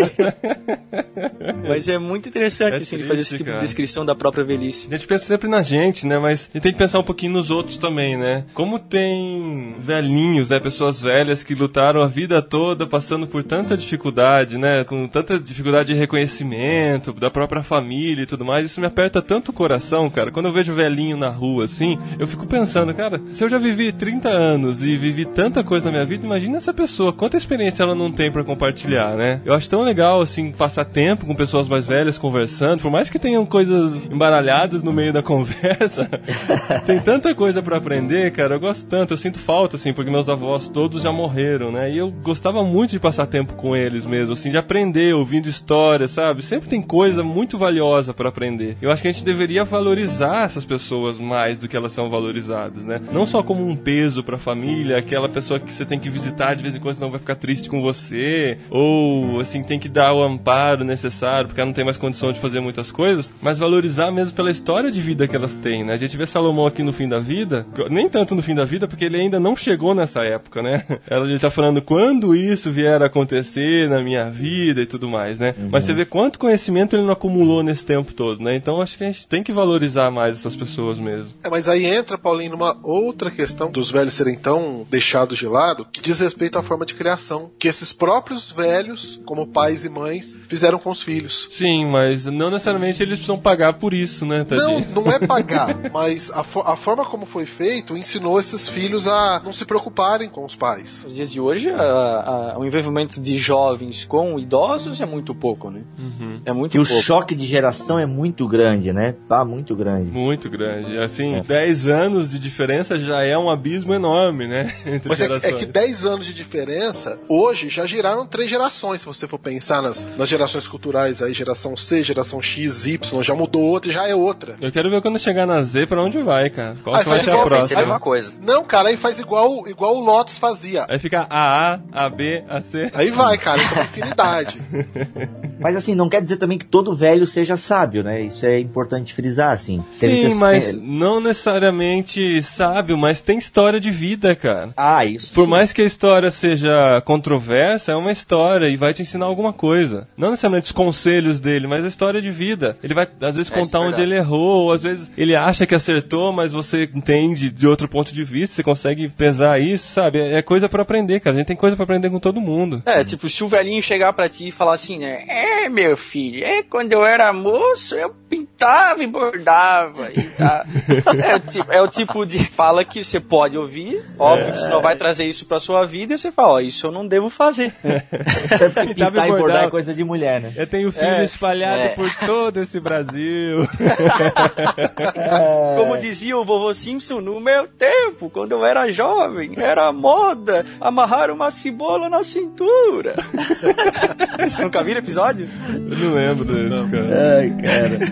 Mas é muito interessante assim, ele fazer esse tipo de descrição da própria velhice. A gente pensa sempre na gente, né? Mas a gente tem que pensar um pouquinho nos outros também, né? Como tem velhinhos, né? Pessoas velhas que lutaram a vida toda passando por tanta dificuldade, né? Com tanta dificuldade de reconhecimento da própria família e tudo mais. Isso me aperta tanto o coração, cara. Quando eu vejo velhinhos velhinho na rua, assim, eu fico pensando, cara, se eu já vivi 30 anos e vivi tanta coisa na minha vida, imagina essa pessoa, quanta experiência ela não tem pra compartilhar, né? Eu acho tão legal, assim, passar tempo com pessoas mais velhas conversando, por mais que tenham coisas embaralhadas no meio da conversa, tem tanta coisa pra aprender, cara, eu gosto tanto, eu sinto falta, assim, porque meus avós todos já morreram, né? E eu gostava muito de passar tempo com eles mesmo, assim, de aprender, ouvindo histórias, sabe? Sempre tem coisa muito valiosa pra aprender. Eu acho que a gente deveria valorizar essas pessoas mais do que elas são valorizadas, né? Não só como um peso pra família, aquela pessoa que você tem que visitar de vez em quando, senão vai ficar triste com você, ou, assim, tem que dar o amparo necessário, porque ela não tem mais condição de fazer muitas coisas, mas valorizar mesmo pela história de vida que elas têm, né? A gente vê Salomão aqui no fim da vida, nem tanto no fim da vida, porque ele ainda não chegou nessa época, né? Ele tá falando quando isso vier a acontecer na minha vida e tudo mais, né? Mas você vê quanto conhecimento ele não acumulou nesse tempo todo, né? Então acho que a gente tem que valorizar mais essas pessoas mesmo. Mas aí entra, Paulinho, numa outra questão dos velhos serem tão deixados de lado, que diz respeito à forma de criação, que esses próprios velhos, como pais e mães, fizeram com os filhos. Sim, mas não necessariamente eles precisam pagar por isso, né, tadinho? Não é pagar, mas a forma como foi feito ensinou esses filhos a não se preocuparem com os pais. Nos dias de hoje, o envolvimento de jovens com idosos é muito pouco, né? É muito pouco. E o choque de geração é muito grande, né? Tá muito grande. Muito grande. Assim, 10 anos de diferença já é um abismo enorme, né? Entre Mas gerações. é que 10 anos de diferença, hoje já giraram 3 gerações, se você for pensar nas gerações culturais aí, geração C, geração X, Y, já mudou outra e já é outra. Eu quero ver quando chegar na Z pra onde vai, cara. Qual que vai ser a Vai ser a próxima? mesma coisa. Não, cara, aí faz igual o Lotus fazia. Aí fica AA, AB, AC. Aí vai, cara, então infinidade. Mas assim, não quer dizer também que todo velho seja sábio, né? Isso é importante frisar, assim. Sim, mas não necessariamente sábio, mas tem história de vida, cara. Ah, isso Por sim. mais que a história seja controversa, é uma história e vai te ensinar alguma coisa. Não necessariamente os conselhos dele, mas a história de vida. Ele vai, às vezes, contar onde ele errou, ou às vezes ele acha que acertou, mas você entende de outro ponto de vista, você consegue pesar isso, sabe? É coisa pra aprender, cara. A gente tem coisa pra aprender com todo mundo. Tipo, se o velhinho chegar pra ti e falar assim, né? Meu filho, quando eu era moço, eu pintava e bordava. E tá. É o tipo de fala que você pode ouvir, óbvio que você não vai trazer isso pra sua vida, e você fala, isso eu não devo fazer. Até porque pintar e bordar é coisa de mulher, né? Eu tenho filho espalhado por todo esse Brasil. Como dizia o vovô Simpson, no meu tempo, quando eu era jovem, era moda amarrar uma cebola na cintura. Você nunca viu o episódio? Eu não lembro desse, cara. Ai, cara.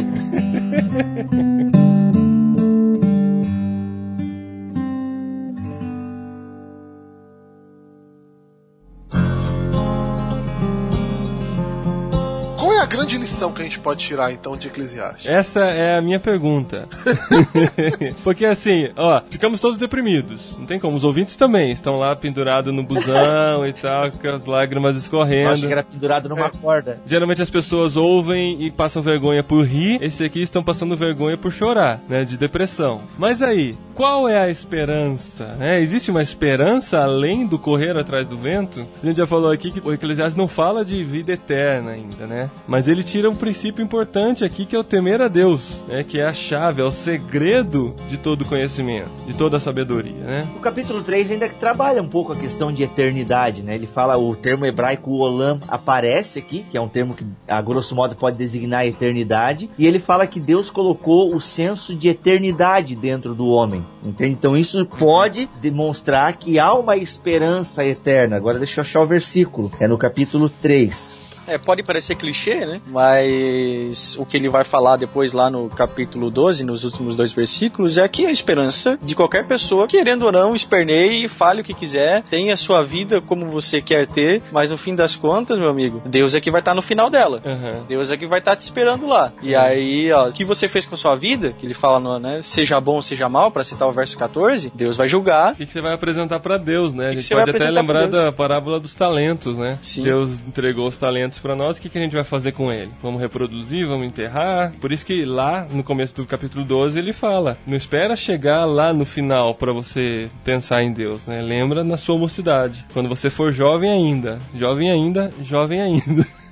Qual é a grande lição que a gente pode tirar, então, de Eclesiastes? Essa é a minha pergunta. Porque assim, ficamos todos deprimidos. Não tem como. Os ouvintes também estão lá pendurados no busão e tal, com as lágrimas escorrendo. Eu acho que era pendurado numa corda. Geralmente as pessoas ouvem e passam vergonha por rir. Esse aqui estão passando vergonha por chorar, né? De depressão. Mas aí, qual é a esperança? Existe uma esperança além do correr atrás do vento? A gente já falou aqui que o Eclesiastes não fala de vida eterna ainda, né? Mas ele tira um princípio importante aqui, que é o temer a Deus, né? Que é a chave, é o segredo de todo conhecimento, de toda a sabedoria, né? O capítulo 3 ainda trabalha um pouco a questão de eternidade, né? Ele fala, o termo hebraico olam aparece aqui, que é um termo que, a grosso modo, pode designar a eternidade, e ele fala que Deus colocou o senso de eternidade dentro do homem, entende? Então isso pode demonstrar que há uma esperança eterna. Agora deixa eu achar o versículo, é no capítulo 3. Pode parecer clichê, né? Mas o que ele vai falar depois lá no capítulo 12, nos últimos 2 versículos, é que a esperança de qualquer pessoa, querendo ou não, esperneie, fale o que quiser, tenha a sua vida como você quer ter, mas no fim das contas, meu amigo, Deus é que vai estar no final dela. Deus é que vai estar te esperando lá. E aí, o que você fez com a sua vida, que ele fala, né? Seja bom ou seja mal, para citar o verso 14, Deus vai julgar. O que você vai apresentar para Deus, né? A gente você pode vai até apresentar lembrar pra Deus? da parábola dos talentos, né? Sim. Deus entregou os talentos para nós, o que a gente vai fazer com ele? Vamos reproduzir, vamos enterrar? Por isso que lá no começo do capítulo 12 ele fala, não espera chegar lá no final para você pensar em Deus, né? Lembra na sua mocidade, quando você for jovem ainda, jovem ainda, jovem ainda.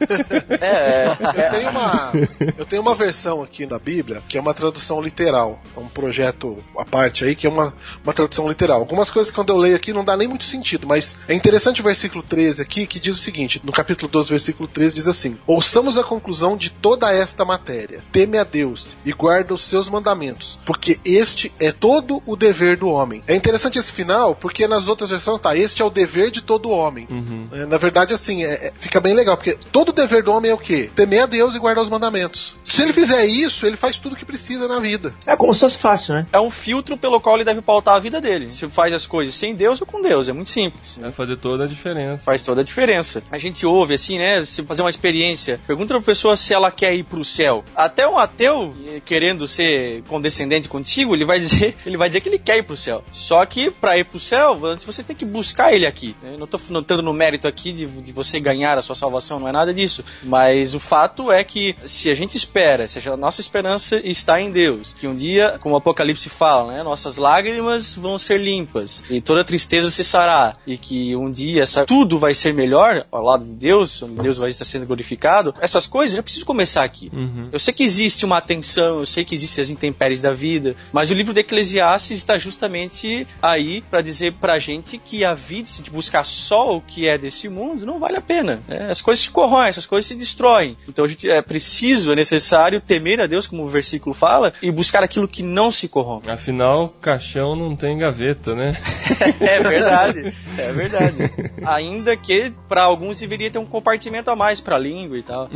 Eu tenho uma versão aqui da Bíblia que é uma tradução literal. É um projeto à parte aí que é uma tradução literal. Algumas coisas quando eu leio aqui não dá nem muito sentido, mas é interessante o versículo 13 aqui, que diz o seguinte, no capítulo 12, versículo 13, diz assim: ouçamos a conclusão de toda esta matéria. Teme a Deus e guarda os seus mandamentos, porque este é todo o dever do homem. É interessante esse final, porque nas outras versões este é o dever de todo homem. Na verdade, assim, fica bem legal, porque todo o dever do homem é o quê? Temer a Deus e guardar os mandamentos. Se ele fizer isso, ele faz tudo o que precisa na vida. É como se fosse fácil, né? É um filtro pelo qual ele deve pautar a vida dele. Se faz as coisas sem Deus ou com Deus, é muito simples. Vai fazer toda a diferença. Faz toda a diferença. A gente ouve assim, né, se fazer uma experiência, pergunta pra pessoa se ela quer ir pro céu. Até um ateu, querendo ser condescendente contigo, ele vai dizer que ele quer ir pro céu. Só que pra ir pro céu, você tem que buscar ele aqui. Eu não tô entrando no mérito aqui de você ganhar a sua salvação, não é nada disso. Mas o fato é que se a gente espera, se a nossa esperança está em Deus, que um dia, como o Apocalipse fala, né, nossas lágrimas vão ser limpas e toda tristeza cessará, e que um dia tudo vai ser melhor ao lado de Deus, onde Deus vai estar sendo glorificado, essas coisas já precisam começar aqui. Eu sei que existe uma tensão, eu sei que existem as intempéries da vida, mas o livro de Eclesiastes está justamente aí para dizer pra gente que a vida, se a gente buscar só o que é desse mundo, não vale a pena. As coisas se corroem, essas coisas se destroem. Então a gente é necessário temer a Deus, como o versículo fala, e buscar aquilo que não se corrompe. Afinal, caixão não tem gaveta, né? É verdade. Ainda que para alguns deveria ter um compartimento a mais pra língua e tal.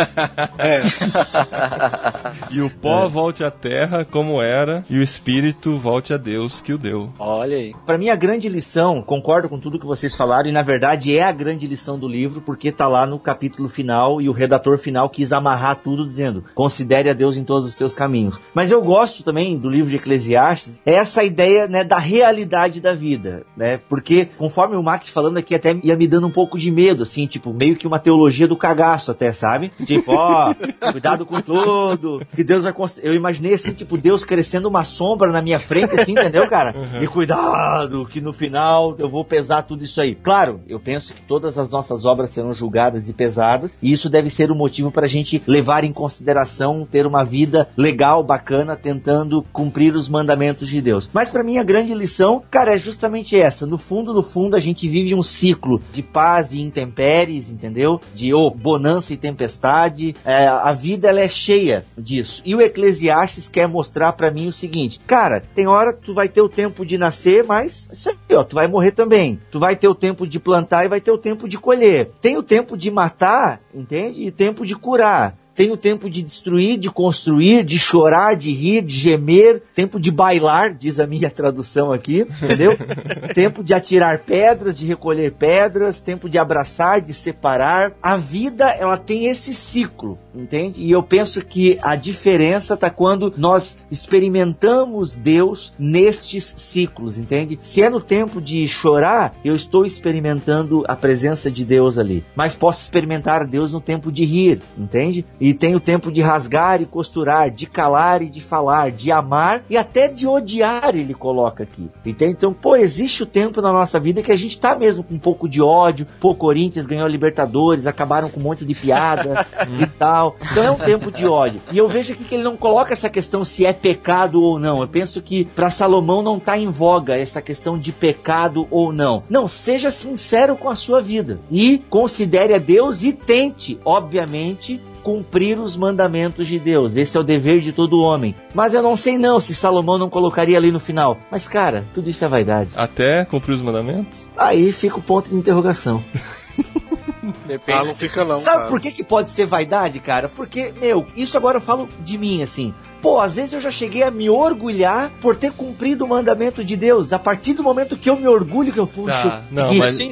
E o pó volte à terra como era, e o espírito volte a Deus que o deu. Olha aí. Pra mim, a grande lição, concordo com tudo que vocês falaram, e na verdade é a grande lição do livro, porque tá lá no capítulo final, e o redator final quis amarrar tudo dizendo: considere a Deus em todos os seus caminhos. Mas eu gosto também do livro de Eclesiastes, é essa ideia, né, da realidade da vida, né? Porque, conforme o Max falando aqui, até ia me dando um pouco de medo, assim, tipo, meio que uma teologia do cagaço até, sabe? Tipo, cuidado com tudo, que Deus vai... Eu imaginei, assim, tipo, Deus crescendo uma sombra na minha frente, assim, entendeu, cara? E cuidado, que no final eu vou pesar tudo isso aí. Claro, eu penso que todas as nossas obras serão julgadas e pesadas, e isso deve ser o motivo pra gente levar em consideração ter uma vida legal, bacana, tentando cumprir os mandamentos de Deus. Mas pra mim a grande lição, cara, é justamente essa. No fundo, a gente vive um ciclo de paz e intempéries, entendeu? De bonança e tempestade. A vida, ela é cheia disso. E o Eclesiastes quer mostrar pra mim o seguinte: cara, tem hora que tu vai ter o tempo de nascer, mas isso aí, tu vai morrer também. Tu vai ter o tempo de plantar e vai ter o tempo de colher. Tem o tempo de matar, entende? E o tempo de curar. Tem o tempo de destruir, de construir, de chorar, de rir, de gemer, tempo de bailar, diz a minha tradução aqui, entendeu? Tempo de atirar pedras, de recolher pedras, tempo de abraçar, de separar. A vida, ela tem esse ciclo, entende? E eu penso que a diferença está quando nós experimentamos Deus nestes ciclos, entende? Se é no tempo de chorar, eu estou experimentando a presença de Deus ali. Mas posso experimentar Deus no tempo de rir, entende? E tem o tempo de rasgar e costurar, de calar e de falar, de amar e até de odiar, ele coloca aqui. Entende? Então, existe o tempo na nossa vida que a gente tá mesmo com um pouco de ódio. Corinthians ganhou a Libertadores, acabaram com um monte de piada e tal. Então é um tempo de ódio. E eu vejo aqui que ele não coloca essa questão se é pecado ou não. Eu penso que para Salomão não tá em voga essa questão de pecado ou não. Não, seja sincero com a sua vida e considere a Deus e tente, obviamente, cumprir os mandamentos de Deus. Esse é o dever de todo homem. Mas eu não sei não se Salomão não colocaria ali no final. Mas, cara, tudo isso é vaidade. Até cumprir os mandamentos? Aí fica o ponto de interrogação. Depende. Não fica não, Sabe cara. Por que pode ser vaidade, cara? Porque, isso agora eu falo de mim, assim. Às vezes eu já cheguei a me orgulhar por ter cumprido o mandamento de Deus. A partir do momento que eu me orgulho, que eu puxo. Não,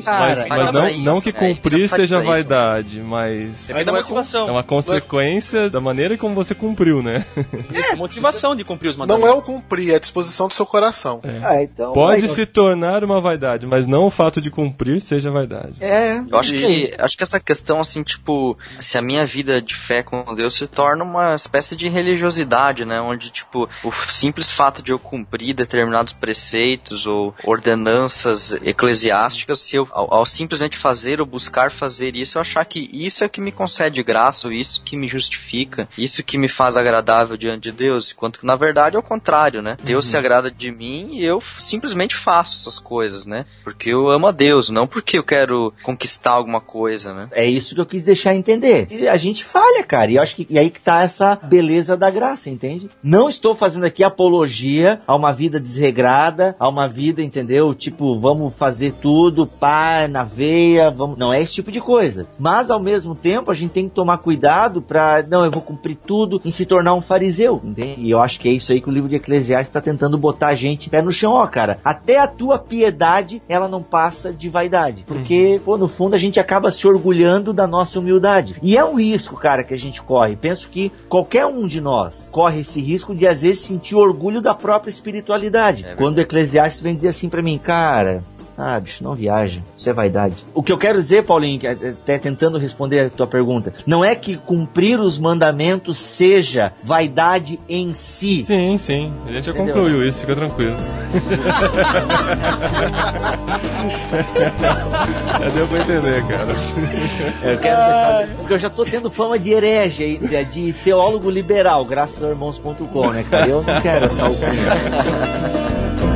mas não que cumprir seja vaidade, mas é da motivação. É uma consequência da maneira como você cumpriu, né? Isso, motivação de cumprir os mandamentos. Não é o cumprir, é a disposição do seu coração. Então, pode se tornar uma vaidade, mas não o fato de cumprir seja vaidade. Eu acho que essa questão, assim, tipo, se a minha vida de fé com Deus se torna uma espécie de religiosidade, liberdade, né? Onde, tipo, o simples fato de eu cumprir determinados preceitos ou ordenanças eclesiásticas, se eu, ao simplesmente fazer ou buscar fazer isso, eu achar que isso é que me concede graça, ou isso que me justifica, isso que me faz agradável diante de Deus, enquanto que, na verdade, é o contrário, né? Deus se agrada de mim e eu simplesmente faço essas coisas, né? Porque eu amo a Deus, não porque eu quero conquistar alguma coisa, né? É isso que eu quis deixar entender. E a gente falha, cara, e eu acho que e aí que tá essa beleza da graça, entende? Não estou fazendo aqui apologia a uma vida desregrada, a uma vida, entendeu? Tipo, vamos fazer tudo, pá, na veia, vamos... Não é esse tipo de coisa. Mas, ao mesmo tempo, a gente tem que tomar cuidado pra, não, eu vou cumprir tudo em se tornar um fariseu, entende? E eu acho que é isso aí que o livro de Eclesiastes está tentando botar a gente pé no chão, ó, cara. Até a tua piedade, ela não passa de vaidade. Porque, pô, no fundo, a gente acaba se orgulhando da nossa humildade. E é um risco, cara, que a gente corre. Penso que qualquer um de nós corre esse risco de, às vezes, sentir orgulho da própria espiritualidade. Quando o Eclesiastes vem dizer assim pra mim, cara... Ah, bicho, não viaja. Isso é vaidade. O que eu quero dizer, Paulinho, até tentando responder a tua pergunta, não é que cumprir os mandamentos seja vaidade em si. Sim, sim. A gente já concluiu isso, fica tranquilo. Já deu pra entender, cara. Eu quero deixar... Porque eu já tô tendo fama de herege, de teólogo liberal, graças ao irmãos.com, né, cara? Eu não quero essa alcunha.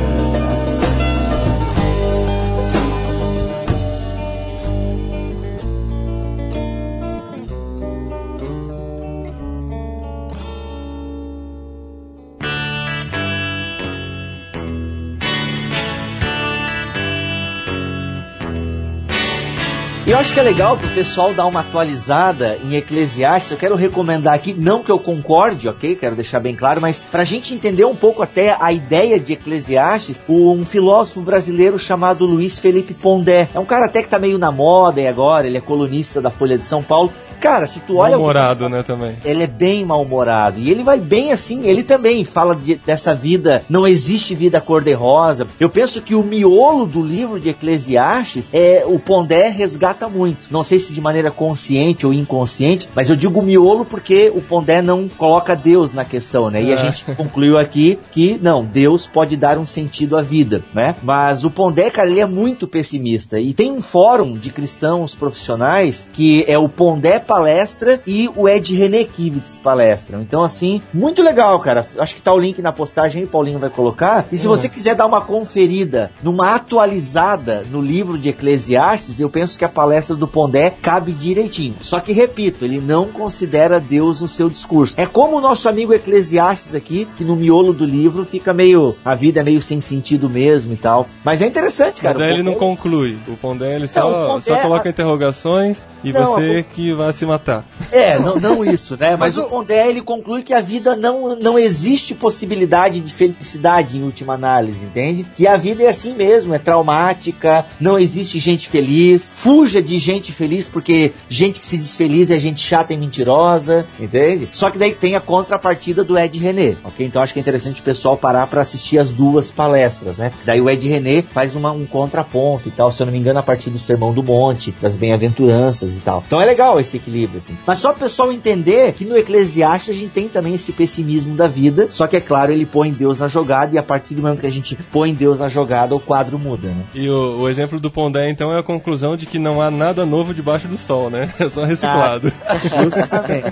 Eu acho que é legal pro pessoal dar uma atualizada em Eclesiastes. Eu quero recomendar aqui, não que eu concorde, ok? Quero deixar bem claro, mas pra gente entender um pouco até a ideia de Eclesiastes, um filósofo brasileiro chamado Luiz Felipe Pondé. É um cara até que tá meio na moda agora, ele é colunista da Folha de São Paulo. Cara, se tu olha... Mal-humorado, né, também. Ele é bem mal-humorado. E ele vai bem assim, ele também fala dessa vida, não existe vida cor-de-rosa. Eu penso que o miolo do livro de Eclesiastes, o Pondé resgata muito. Não sei se de maneira consciente ou inconsciente, mas eu digo miolo porque o Pondé não coloca Deus na questão, né? E a gente concluiu aqui que, não, Deus pode dar um sentido à vida, né? Mas o Pondé, cara, ele é muito pessimista. E tem um fórum de cristãos profissionais que é o Pondé Palestra e o Ed René Kivitz Palestra. Então, assim, muito legal, cara. Acho que tá o link na postagem aí, o Paulinho vai colocar. E se você quiser dar uma conferida, numa atualizada no livro de Eclesiastes, eu penso que a palestra do Pondé cabe direitinho. Só que, repito, ele não considera Deus no seu discurso. É como o nosso amigo Eclesiastes aqui, que no miolo do livro fica meio... A vida é meio sem sentido mesmo e tal. Mas é interessante, cara. O Pondé ele não conclui. O Pondé ele só coloca interrogações e você que vai se matar. Não isso, né? Mas o Pondé, ele conclui que a vida não existe possibilidade de felicidade em última análise, entende? Que a vida é assim mesmo, é traumática, não existe gente feliz, fuja de gente feliz, porque gente que se diz feliz é gente chata e mentirosa, entende? Só que daí tem a contrapartida do Ed René, ok? Então acho que é interessante o pessoal parar pra assistir as duas palestras, né? Daí o Ed René faz um contraponto e tal, se eu não me engano, a partir do Sermão do Monte, das bem-aventuranças e tal. Então é legal esse equilíbrio, assim. Mas só o pessoal entender que no Eclesiastes a gente tem também esse pessimismo da vida, só que é claro, ele põe Deus na jogada, e a partir do momento que a gente põe Deus na jogada, o quadro muda, né? E o exemplo do Pondé, então, é a conclusão de que não há nada novo debaixo do sol, né? É só reciclado. Justamente.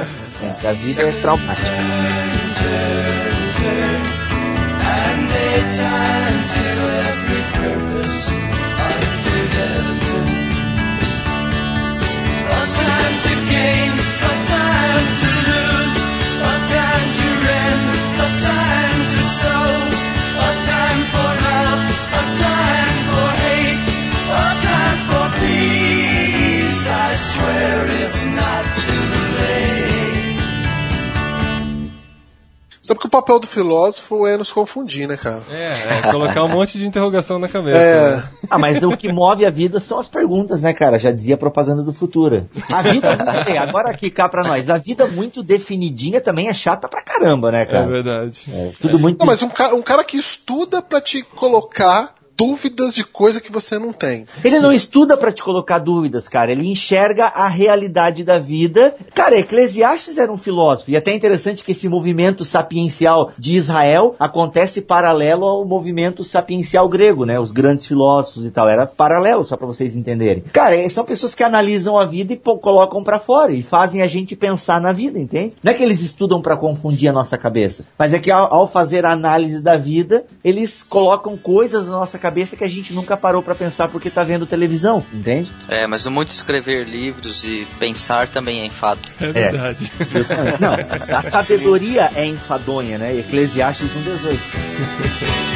A vida é traumática. Sabe que o papel do filósofo é nos confundir, né, cara? Colocar um monte de interrogação na cabeça. Né? Mas o que move a vida são as perguntas, né, cara? Já dizia a propaganda do Futura. A vida, agora aqui cá pra nós, a vida muito definidinha também é chata pra caramba, né, cara? É verdade. Tudo muito... Não, mas um cara que estuda pra te colocar dúvidas de coisa que você não tem. Ele não estuda pra te colocar dúvidas, cara. Ele enxerga a realidade da vida. Cara, Eclesiastes era um filósofo. E até é interessante que esse movimento sapiencial de Israel acontece paralelo ao movimento sapiencial grego, né? Os grandes filósofos e tal. Era paralelo, só pra vocês entenderem. Cara, são pessoas que analisam a vida e colocam pra fora. E fazem a gente pensar na vida, entende? Não é que eles estudam pra confundir a nossa cabeça. Mas é que ao fazer a análise da vida, eles colocam coisas na nossa cabeça que a gente nunca parou pra pensar porque tá vendo televisão, entende? Mas no muito escrever livros e pensar também é enfado. É verdade. Justamente. Não, a sabedoria é enfadonha, né? Eclesiastes 1:18.